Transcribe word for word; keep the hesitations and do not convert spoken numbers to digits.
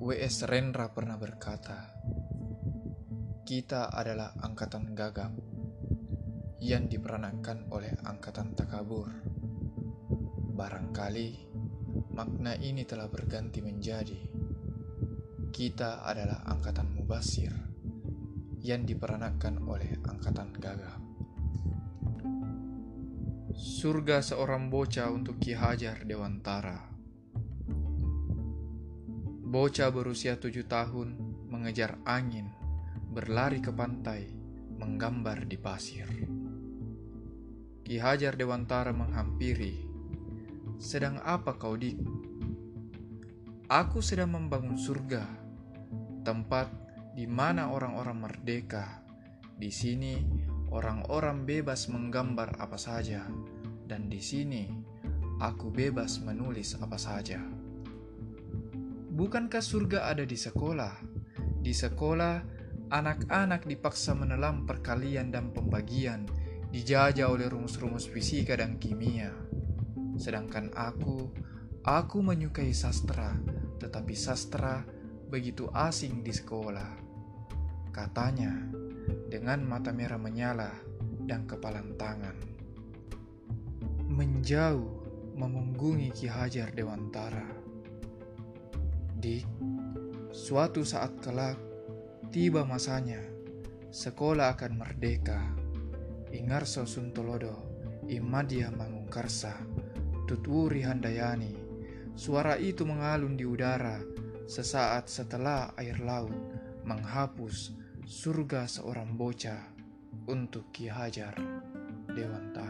W S Rendra pernah berkata, kita adalah angkatan gagap yang diperankan oleh angkatan takabur. Barangkali makna ini telah berganti menjadi kita adalah angkatan mubasir yang diperankan oleh angkatan gagap. Surga seorang bocah untuk Ki Hajar Dewantara. Bocah berusia tujuh tahun mengejar angin, berlari ke pantai, menggambar di pasir. Ki Hajar Dewantara menghampiri. Sedang apa kau, Dik? Aku sedang membangun surga, tempat di mana orang-orang merdeka. Di sini orang-orang bebas menggambar apa saja, dan di sini aku bebas menulis apa saja. Bukankah surga ada di sekolah? Di sekolah, anak-anak dipaksa menelan perkalian dan pembagian, dijajah oleh rumus-rumus fisika dan kimia. Sedangkan aku, aku menyukai sastra, tetapi sastra begitu asing di sekolah. Katanya, dengan mata merah menyala dan kepalan tangan. Menjauh memunggungi Ki Hajar Dewantara. Dik, suatu saat kelak tiba masanya sekolah akan merdeka. Ingarso Suntolodo, Imadia Mangungkarsa, Tuturi Handayani. Suara itu mengalun di udara sesaat setelah air laut menghapus surga seorang bocah untuk Ki Hajar Dewantara.